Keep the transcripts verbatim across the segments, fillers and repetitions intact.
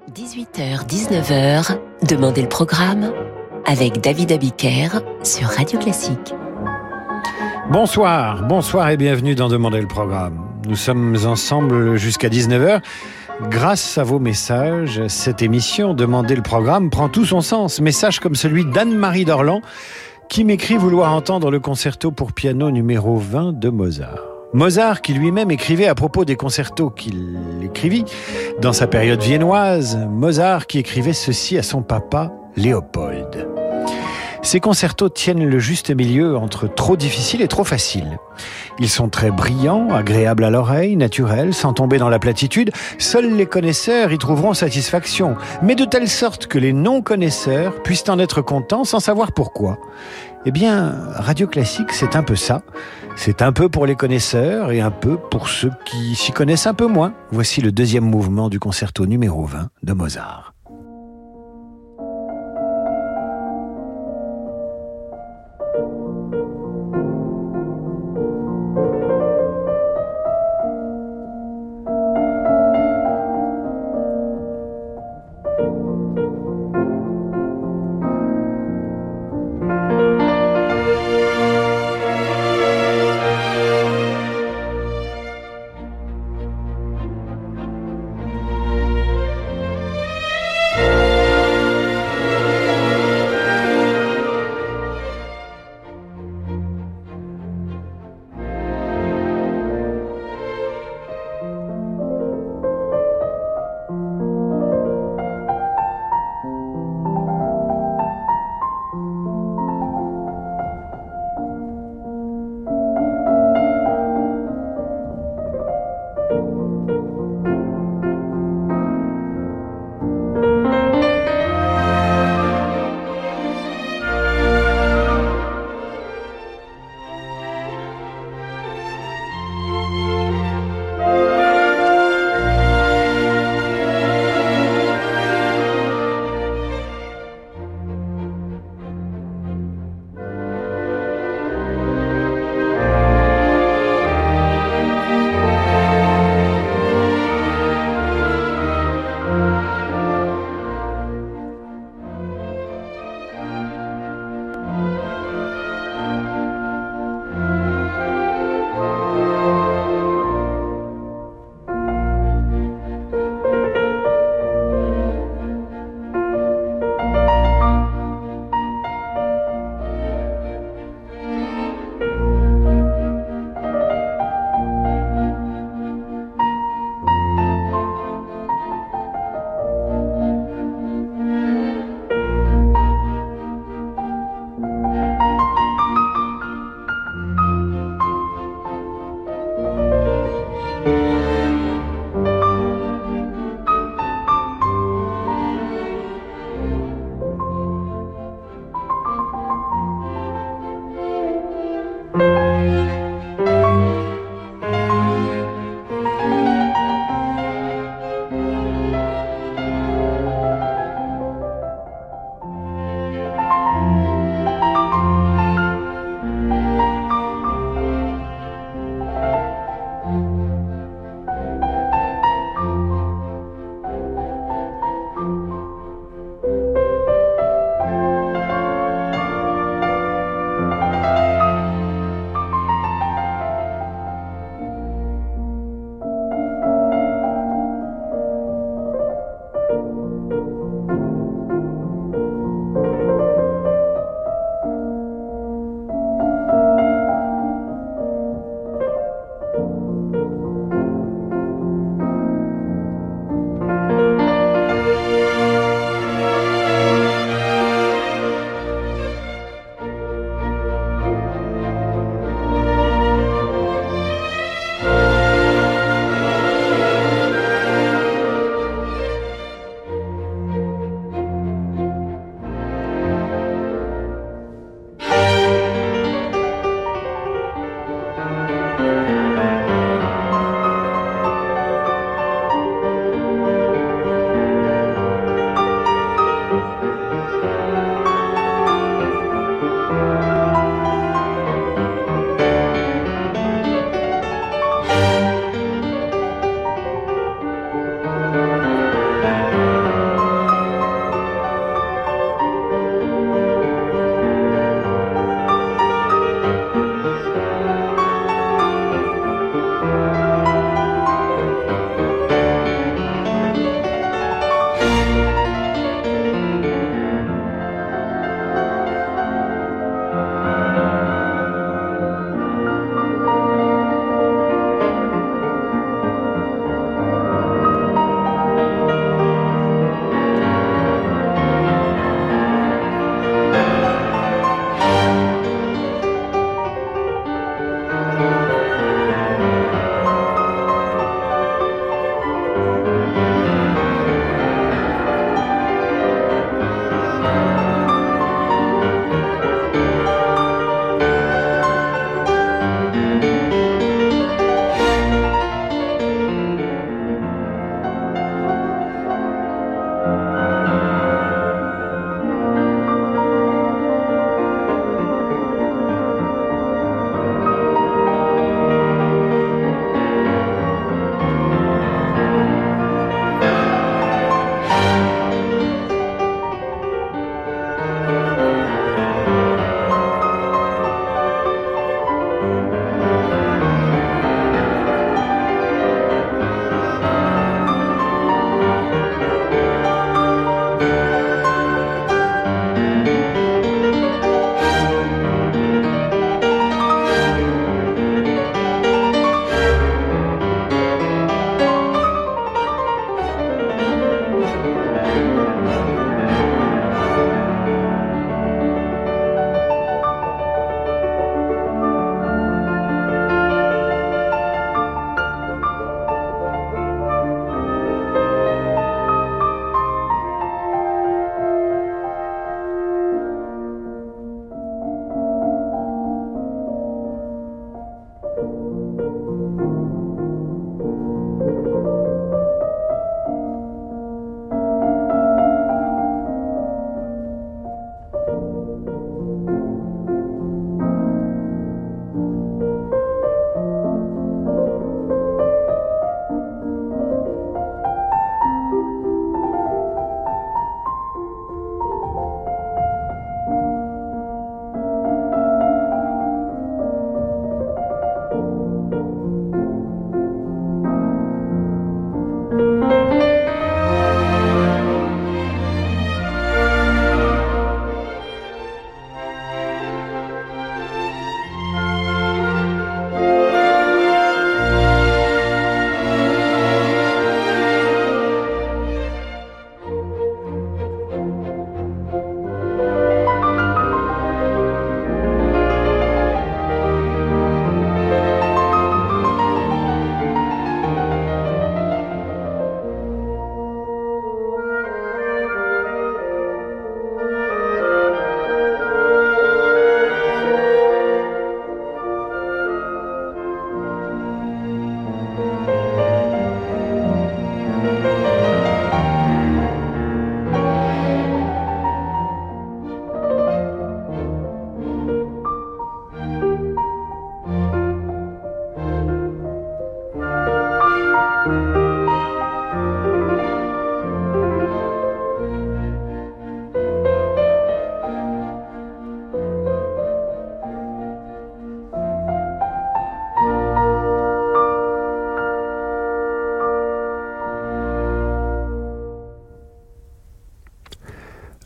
dix-huit heures dix-neuf heures, Demandez le programme avec David Abiker sur Radio Classique. Bonsoir, bonsoir et bienvenue dans Demandez le programme. Nous sommes ensemble jusqu'à dix-neuf heures. Grâce à vos messages, cette émission Demandez le programme prend tout son sens. Message comme celui d'Anne-Marie d'Orlan qui m'écrit vouloir entendre le concerto pour piano numéro vingt de Mozart. Mozart qui lui-même écrivait à propos des concertos qu'il écrivit dans sa période viennoise, Mozart qui écrivait ceci à son papa Léopold. Ces concertos tiennent le juste milieu entre trop difficile et trop facile. Ils sont très brillants, agréables à l'oreille, naturels, sans tomber dans la platitude. Seuls les connaisseurs y trouveront satisfaction, mais de telle sorte que les non-connaisseurs puissent en être contents sans savoir pourquoi. Eh bien, Radio Classique, c'est un peu ça. C'est un peu pour les connaisseurs et un peu pour ceux qui s'y connaissent un peu moins. Voici le deuxième mouvement du concerto numéro vingt de Mozart.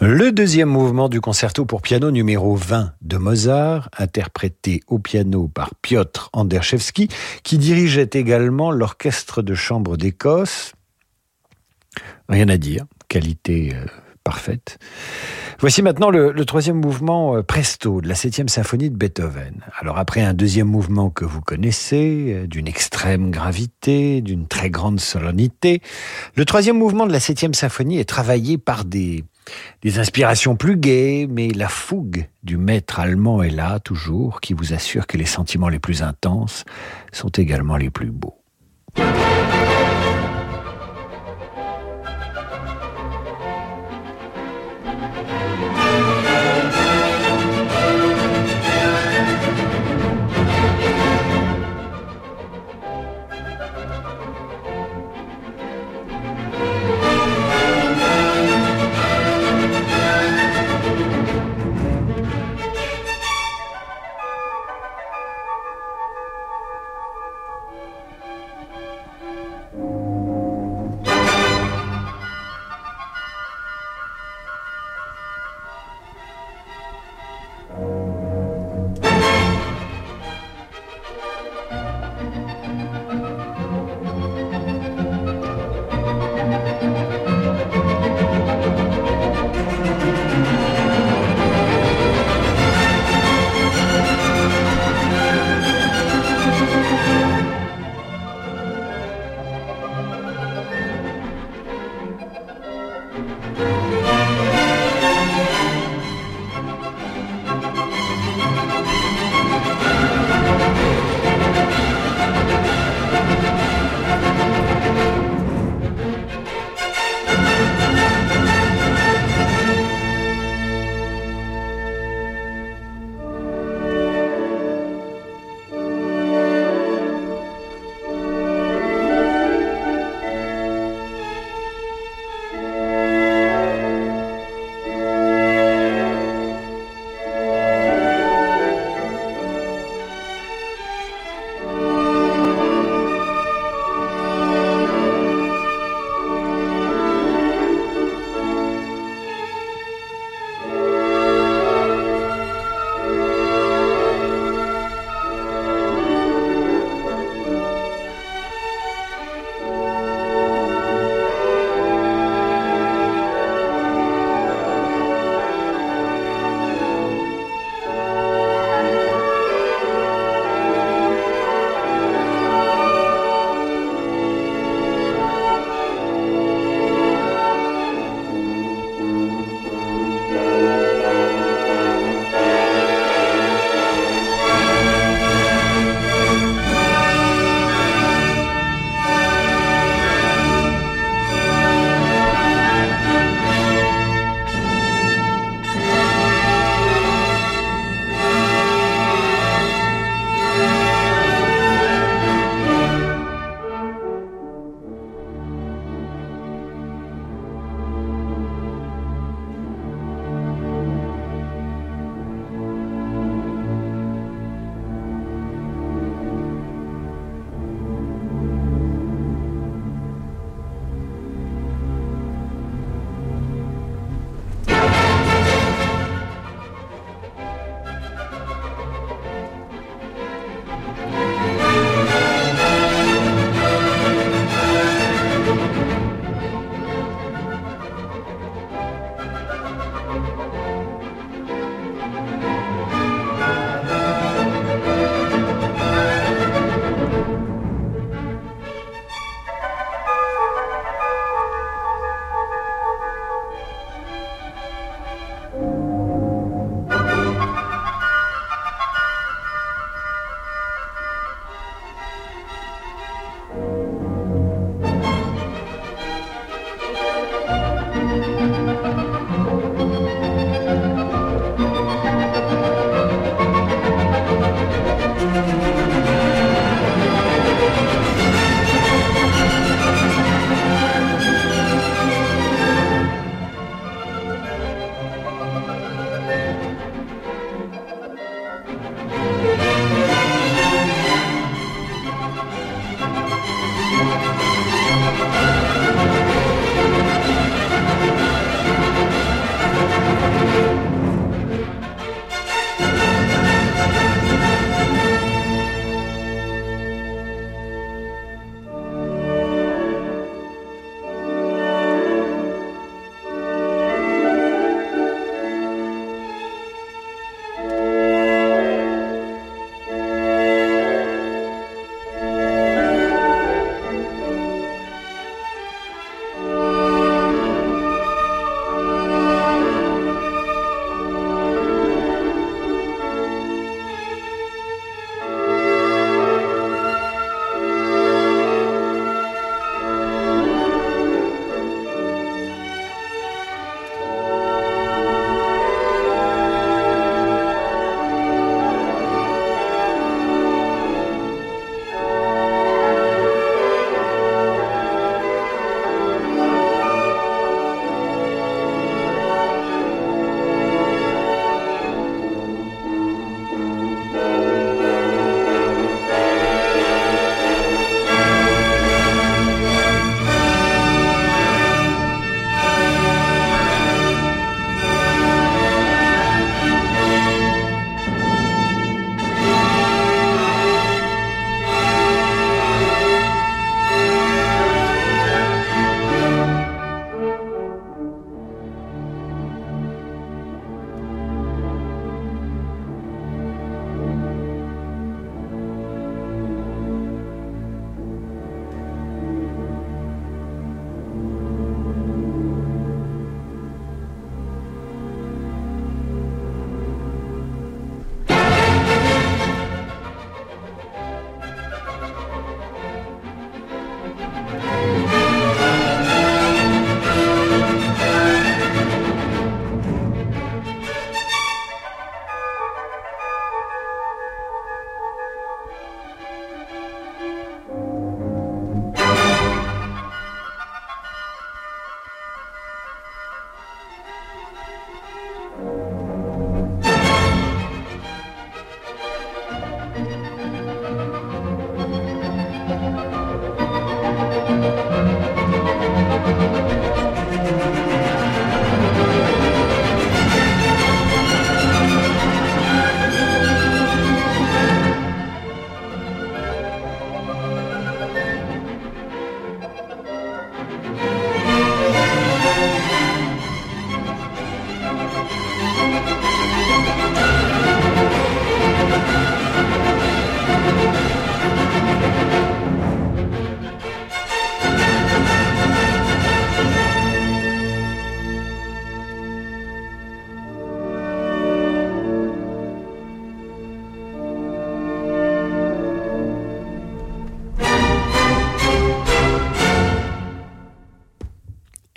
Le deuxième mouvement du concerto pour piano numéro vingt de Mozart, interprété au piano par Piotr Anderszewski, qui dirigeait également l'orchestre de chambre d'Écosse. Rien à dire, qualité euh, parfaite. Voici maintenant le, le troisième mouvement euh, presto de la septième symphonie de Beethoven. Alors après un deuxième mouvement que vous connaissez, euh, d'une extrême gravité, d'une très grande solennité, le troisième mouvement de la septième symphonie est travaillé par des, des inspirations plus gaies, mais la fougue du maître allemand est là toujours, qui vous assure que les sentiments les plus intenses sont également les plus beaux.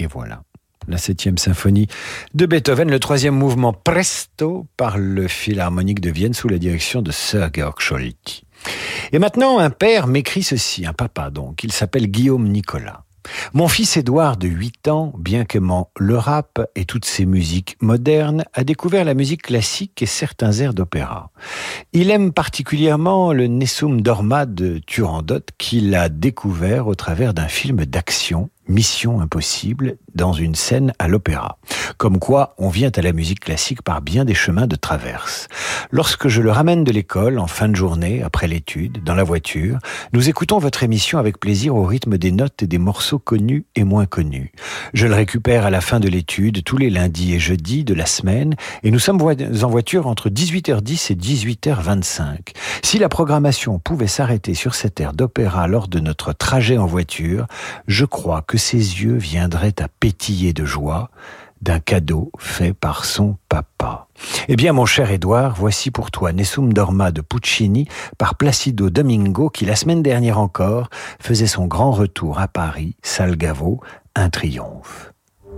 Et voilà. La septième symphonie de Beethoven, le troisième mouvement Presto par le Philharmonique de Vienne sous la direction de Sir Georg Scholti. Et maintenant, un père m'écrit ceci, un papa donc, il s'appelle Guillaume Nicolas. Mon fils Édouard de huit ans, bien qu'aimant le rap et toutes ses musiques modernes, a découvert la musique classique et certains airs d'opéra. Il aime particulièrement le Nessun Dorma de Turandot qu'il a découvert au travers d'un film d'action, Mission Impossible, dans une scène à l'opéra. Comme quoi, on vient à la musique classique par bien des chemins de traverse. Lorsque je le ramène de l'école, en fin de journée, après l'étude, dans la voiture, nous écoutons votre émission avec plaisir au rythme des notes et des morceaux connus et moins connus. Je le récupère à la fin de l'étude, tous les lundis et jeudis de la semaine, et nous sommes en voiture entre dix-huit heures dix et dix-huit heures vingt-cinq. Si la programmation pouvait s'arrêter sur cette aire d'opéra lors de notre trajet en voiture, je crois que ses yeux viendraient à pétiller de joie d'un cadeau fait par son papa. Eh bien, mon cher Édouard, voici pour toi Nessun Dorma de Puccini par Placido Domingo qui, la semaine dernière encore, faisait son grand retour à Paris, salle Gaveau, un triomphe.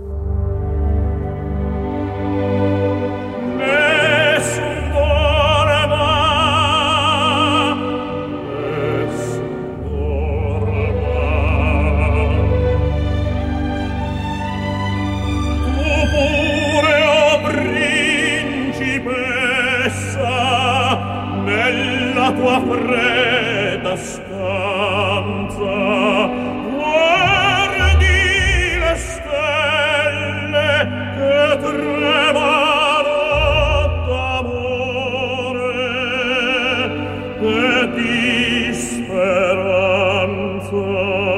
Tua fredda stanza guardi le stelle che tremano d'amore e di speranza.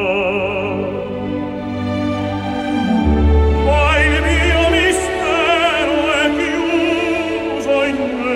Ma il mio mistero è chiuso in me.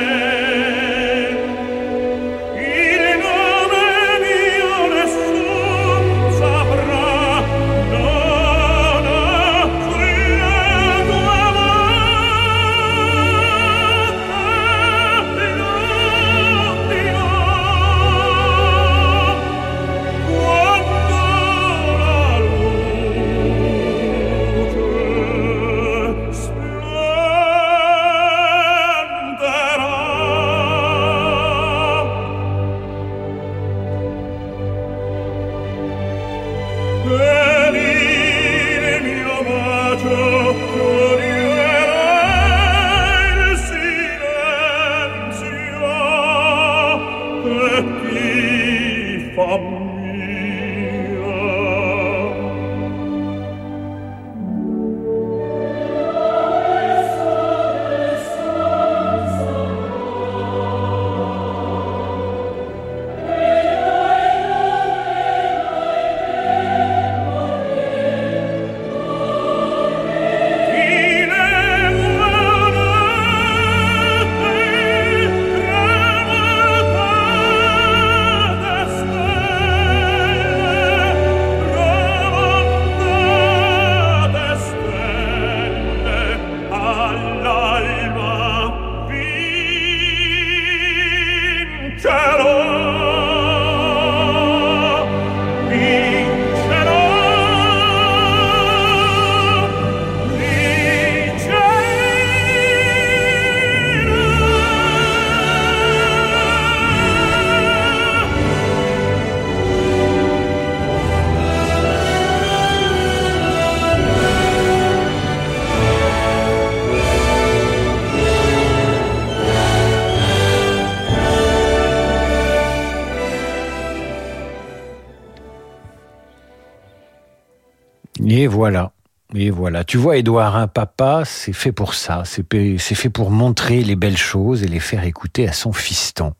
Et voilà. Et voilà. Tu vois, Édouard, un papa, c'est fait pour ça. C'est fait pour montrer les belles choses et les faire écouter à son fiston.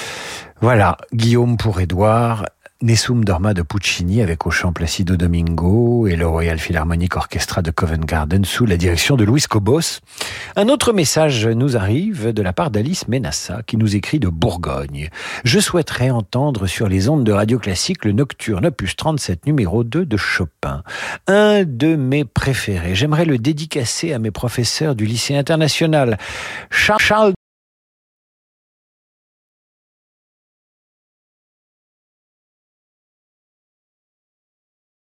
Voilà. Guillaume pour Édouard. Nessun Dorma de Puccini avec au chant Placido Domingo et le Royal Philharmonic Orchestra de Covent Garden sous la direction de Luis Cobos. Un autre message nous arrive de la part d'Alice Menassa qui nous écrit de Bourgogne. Je souhaiterais entendre sur les ondes de Radio Classique le Nocturne opus trente-sept numéro deux de Chopin. Un de mes préférés. J'aimerais le dédicacer à mes professeurs du lycée international. Charles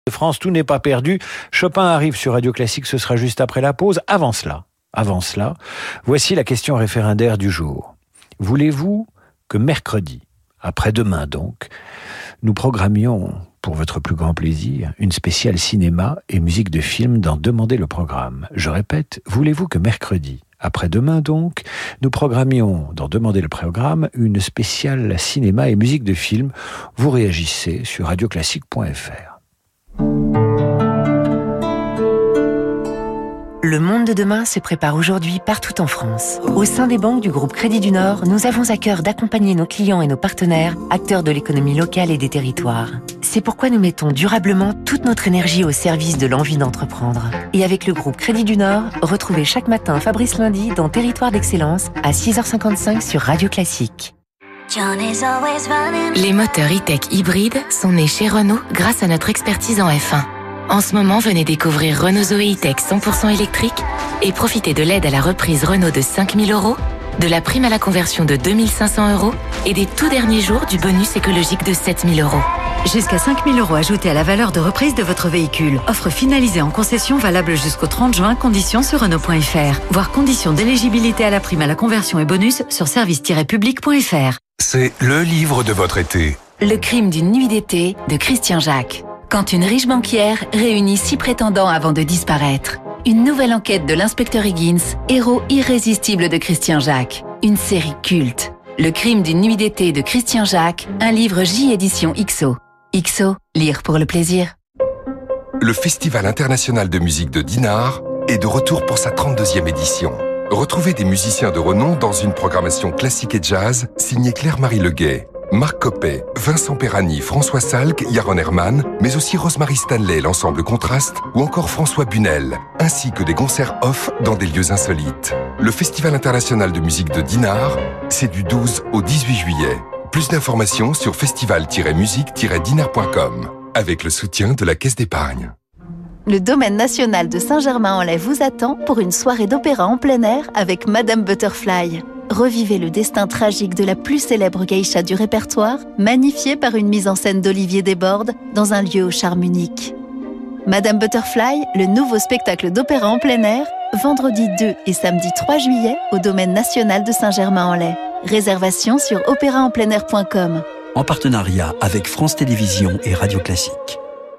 de France, tout n'est pas perdu. Chopin arrive sur Radio Classique, ce sera juste après la pause. Avant cela, avant cela, voici la question référendaire du jour. Voulez-vous que mercredi, après-demain donc, nous programmions, pour votre plus grand plaisir, une spéciale cinéma et musique de film dans Demandez le programme? Je répète, voulez-vous que mercredi, après-demain donc, nous programmions dans Demandez le programme une spéciale cinéma et musique de film? Vous réagissez sur radio classique point f r. Le monde de demain se prépare aujourd'hui partout en France. Au sein des banques du groupe Crédit du Nord, nous avons à cœur d'accompagner nos clients et nos partenaires, acteurs de l'économie locale et des territoires. C'est pourquoi nous mettons durablement toute notre énergie au service de l'envie d'entreprendre. Et avec le groupe Crédit du Nord, retrouvez chaque matin Fabrice Lundi dans Territoire d'Excellence à six heures cinquante-cinq sur Radio Classique. Les moteurs e-tech hybrides sont nés chez Renault grâce à notre expertise en F un. En ce moment, venez découvrir Renault Zoé e-tech cent pour cent électrique et profitez de l'aide à la reprise Renault de cinq mille euros, de la prime à la conversion de deux mille cinq cents euros et des tout derniers jours du bonus écologique de sept mille euros. Jusqu'à cinq mille euros ajoutés à la valeur de reprise de votre véhicule. Offre finalisée en concession valable jusqu'au trente juin, conditions sur Renault point f r. Voir conditions d'éligibilité à la prime à la conversion et bonus sur service tiret public point f r. C'est le livre de votre été. Le crime d'une nuit d'été de Christian Jacques. Quand une riche banquière réunit six prétendants avant de disparaître. Une nouvelle enquête de l'inspecteur Higgins, héros irrésistible de Christian Jacques. Une série culte. Le crime d'une nuit d'été de Christian Jacques, un livre J édition X O. X O, lire pour le plaisir. Le Festival international de musique de Dinard est de retour pour sa trente-deuxième édition. Retrouvez des musiciens de renom dans une programmation classique et jazz signée Claire-Marie Leguet, Marc Coppet, Vincent Perrani, François Salk, Yaron Herman, mais aussi Rosemary Stanley, l'ensemble Contraste, ou encore François Bunel, ainsi que des concerts off dans des lieux insolites. Le Festival international de musique de Dinard, c'est du douze au dix-huit juillet. Plus d'informations sur festival tiret musique tiret dinard point com, avec le soutien de la Caisse d'épargne. Le domaine national de Saint-Germain-en-Laye vous attend pour une soirée d'opéra en plein air avec Madame Butterfly. Revivez le destin tragique de la plus célèbre geisha du répertoire, magnifiée par une mise en scène d'Olivier Desbordes dans un lieu au charme unique. Madame Butterfly, le nouveau spectacle d'opéra en plein air, vendredi deux et samedi trois juillet au domaine national de Saint-Germain-en-Laye. Réservation sur opéra en plein air point com. En partenariat avec France Télévisions et Radio Classique.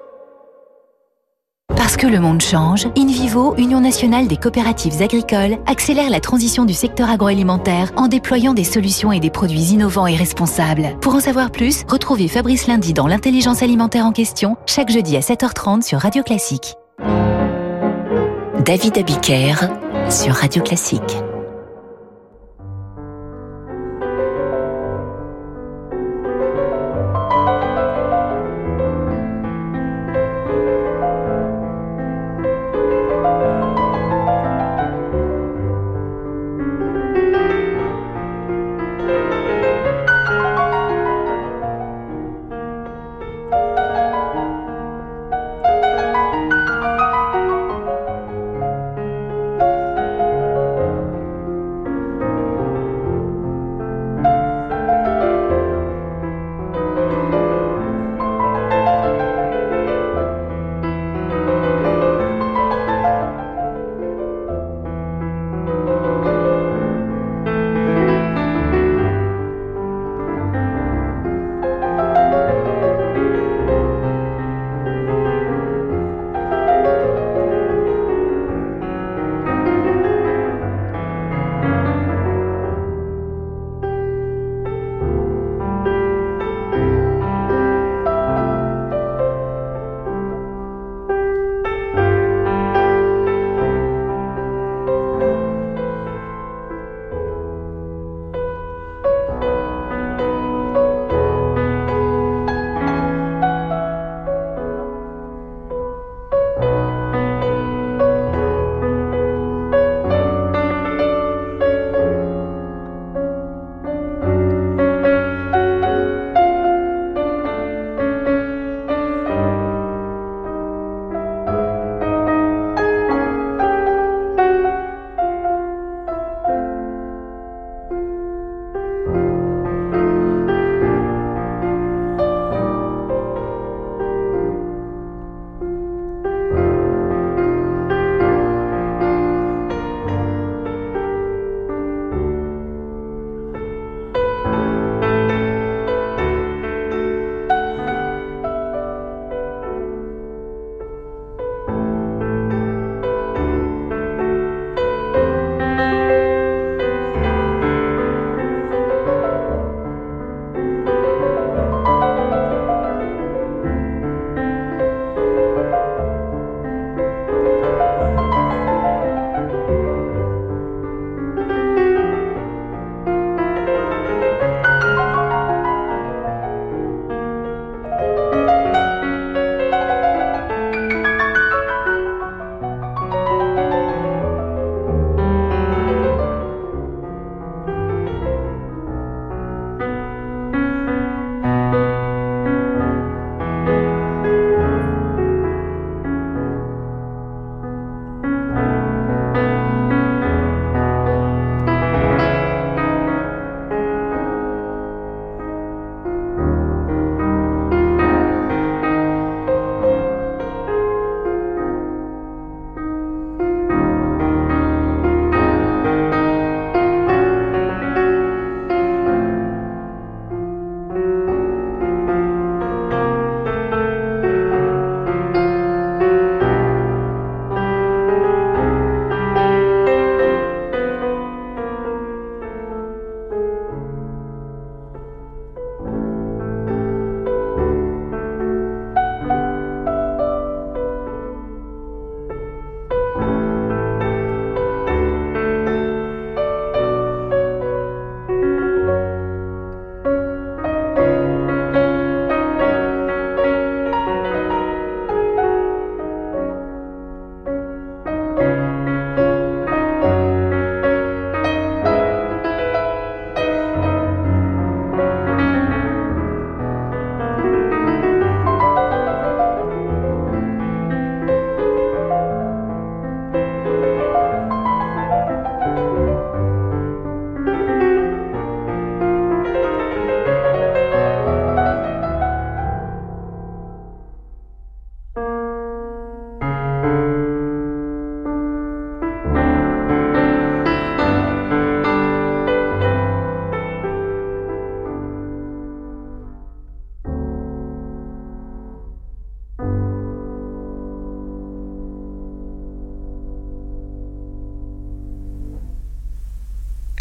Parce que le monde change, InVivo, Union nationale des coopératives agricoles, accélère la transition du secteur agroalimentaire en déployant des solutions et des produits innovants et responsables. Pour en savoir plus, retrouvez Fabrice Lundi dans l'intelligence alimentaire en question, chaque jeudi à sept heures trente sur Radio Classique. David Abiker sur Radio Classique.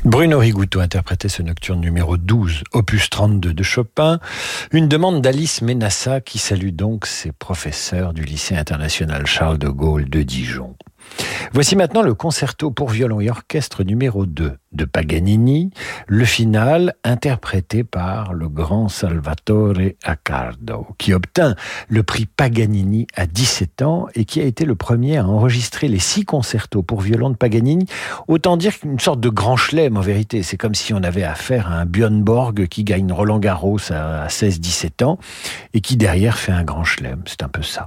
Bruno Rigouteau interprétait ce nocturne numéro douze, opus trente-deux de Chopin, une demande d'Alice Ménassa qui salue donc ses professeurs du lycée international Charles de Gaulle de Dijon. Voici maintenant le concerto pour violon et orchestre numéro deux de Paganini, le final interprété par le grand Salvatore Accardo, qui obtint le prix Paganini à dix-sept ans et qui a été le premier à enregistrer les six concertos pour violon de Paganini. Autant dire qu'une sorte de grand chelem en vérité. C'est comme si on avait affaire à un Björn Borg qui gagne Roland Garros à seize dix-sept ans et qui derrière fait un grand chelem. C'est un peu ça.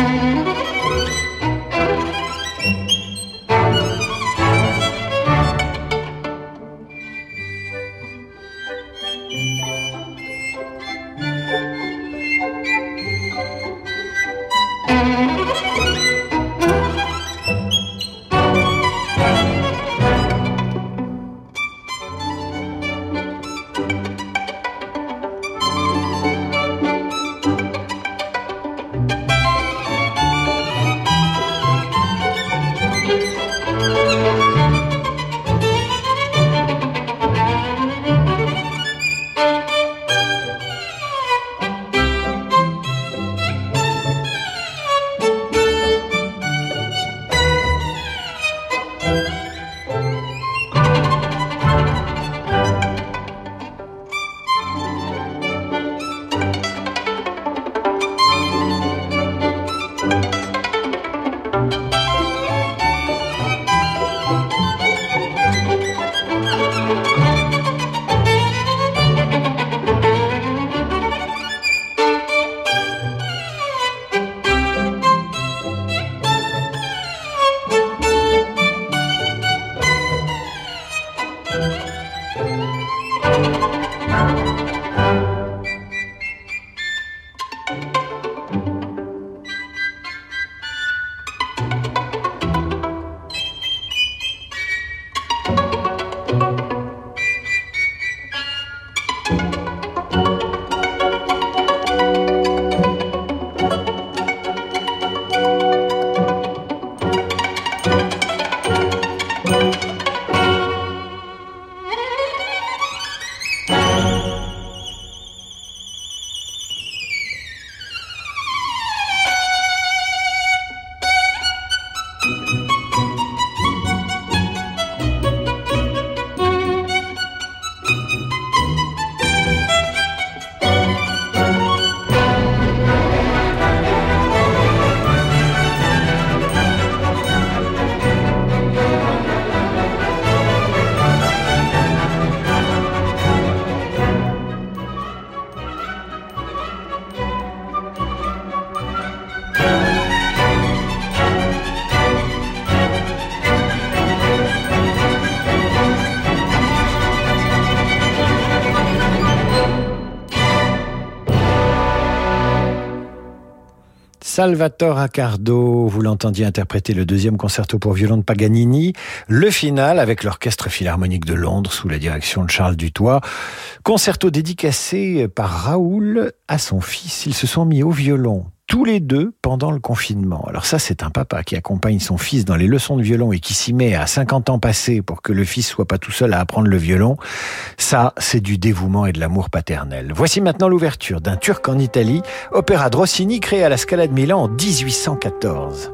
Salvatore Accardo, vous l'entendiez interpréter le deuxième concerto pour violon de Paganini, le final avec l'Orchestre Philharmonique de Londres sous la direction de Charles Dutoit. Concerto dédicacé par Raoul à son fils. Ils se sont mis au violon tous les deux pendant le confinement. Alors ça, c'est un papa qui accompagne son fils dans les leçons de violon et qui s'y met à cinquante ans passés pour que le fils soit pas tout seul à apprendre le violon. Ça, c'est du dévouement et de l'amour paternel. Voici maintenant l'ouverture d'un Turc en Italie, opéra de Rossini créé à la Scala de Milan en dix-huit cent quatorze.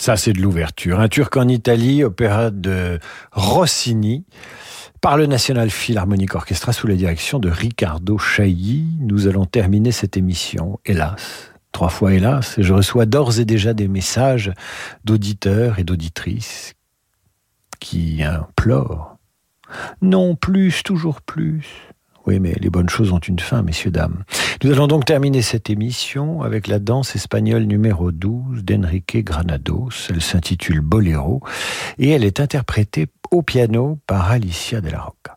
Ça, c'est de l'ouverture. Un Turc en Italie, opéra de Rossini, par le National Philharmonic Orchestra sous la direction de Riccardo Chailly. Nous allons terminer cette émission, hélas, trois fois hélas, et je reçois d'ores et déjà des messages d'auditeurs et d'auditrices qui implorent. Non, plus, toujours plus. Oui, mais les bonnes choses ont une fin, messieurs, dames. Nous allons donc terminer cette émission avec la danse espagnole numéro douze d'Enrique Granados. Elle s'intitule Boléro et elle est interprétée au piano par Alicia de la Roca.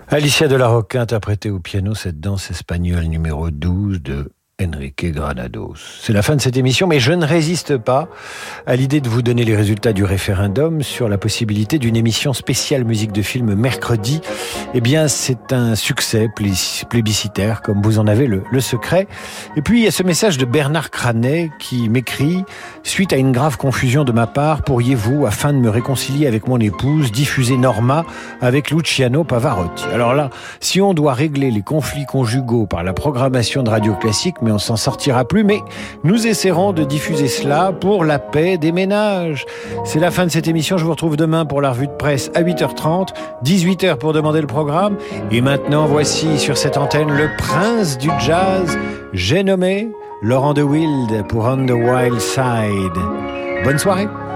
Alicia de la Roca interprétait au piano cette danse espagnole numéro douze de Enrique Granados. C'est la fin de cette émission, mais je ne résiste pas à l'idée de vous donner les résultats du référendum sur la possibilité d'une émission spéciale musique de film mercredi. Eh bien, c'est un succès plébiscitaire, comme vous en avez le, le secret. Et puis, il y a ce message de Bernard Cranet qui m'écrit « Suite à une grave confusion de ma part, pourriez-vous, afin de me réconcilier avec mon épouse, diffuser Norma avec Luciano Pavarotti ?» Alors là, si on doit régler les conflits conjugaux par la programmation de Radio Classique, mais on s'en sortira plus, mais nous essaierons de diffuser cela pour la paix des ménages. C'est la fin de cette émission, je vous retrouve demain pour la revue de presse à huit heures trente, dix-huit heures pour demander le programme, et maintenant voici sur cette antenne le prince du jazz, j'ai nommé Laurent de Wild pour On the Wild Side. Bonne soirée.